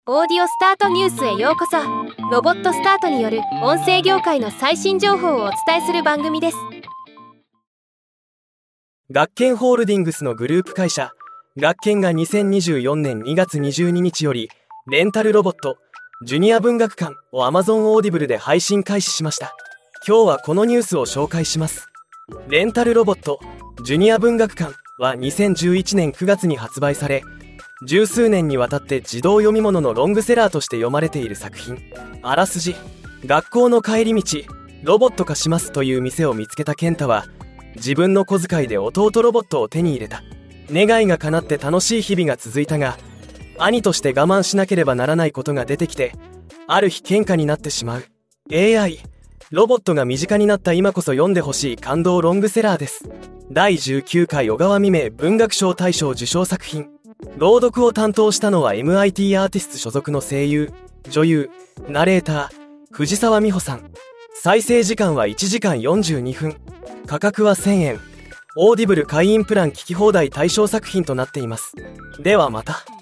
オーディオスタートニュースへようこそ。ロボットスタートによる音声業界の最新情報をお伝えする番組です。 学研ホールディングスのグループ会社学研が2024年2月22日よりレンタルロボットジュニア文学館を Amazon オーディブルで配信開始しました。今日はこのニュースを紹介します。レンタルロボットジュニア文学館は2011年9月に発売され、十数年にわたって児童読み物のロングセラーとして読まれている作品。あらすじ。学校の帰り道、ロボット化しますという店を見つけた健太は、自分の小遣いで弟ロボットを手に入れた。願いが叶って楽しい日々が続いたが、兄として我慢しなければならないことが出てきて、ある日喧嘩になってしまう。 AI ロボットが身近になった今こそ読んでほしい感動ロングセラーです。第19回小川未明文学賞大賞受賞作品。朗読を担当したのは MIT アーティスト所属の声優、女優、ナレーター、藤沢美穂さん。再生時間は1時間42分。価格は1000円。オーディブル会員プラン聞き放題対象作品となっています。ではまた。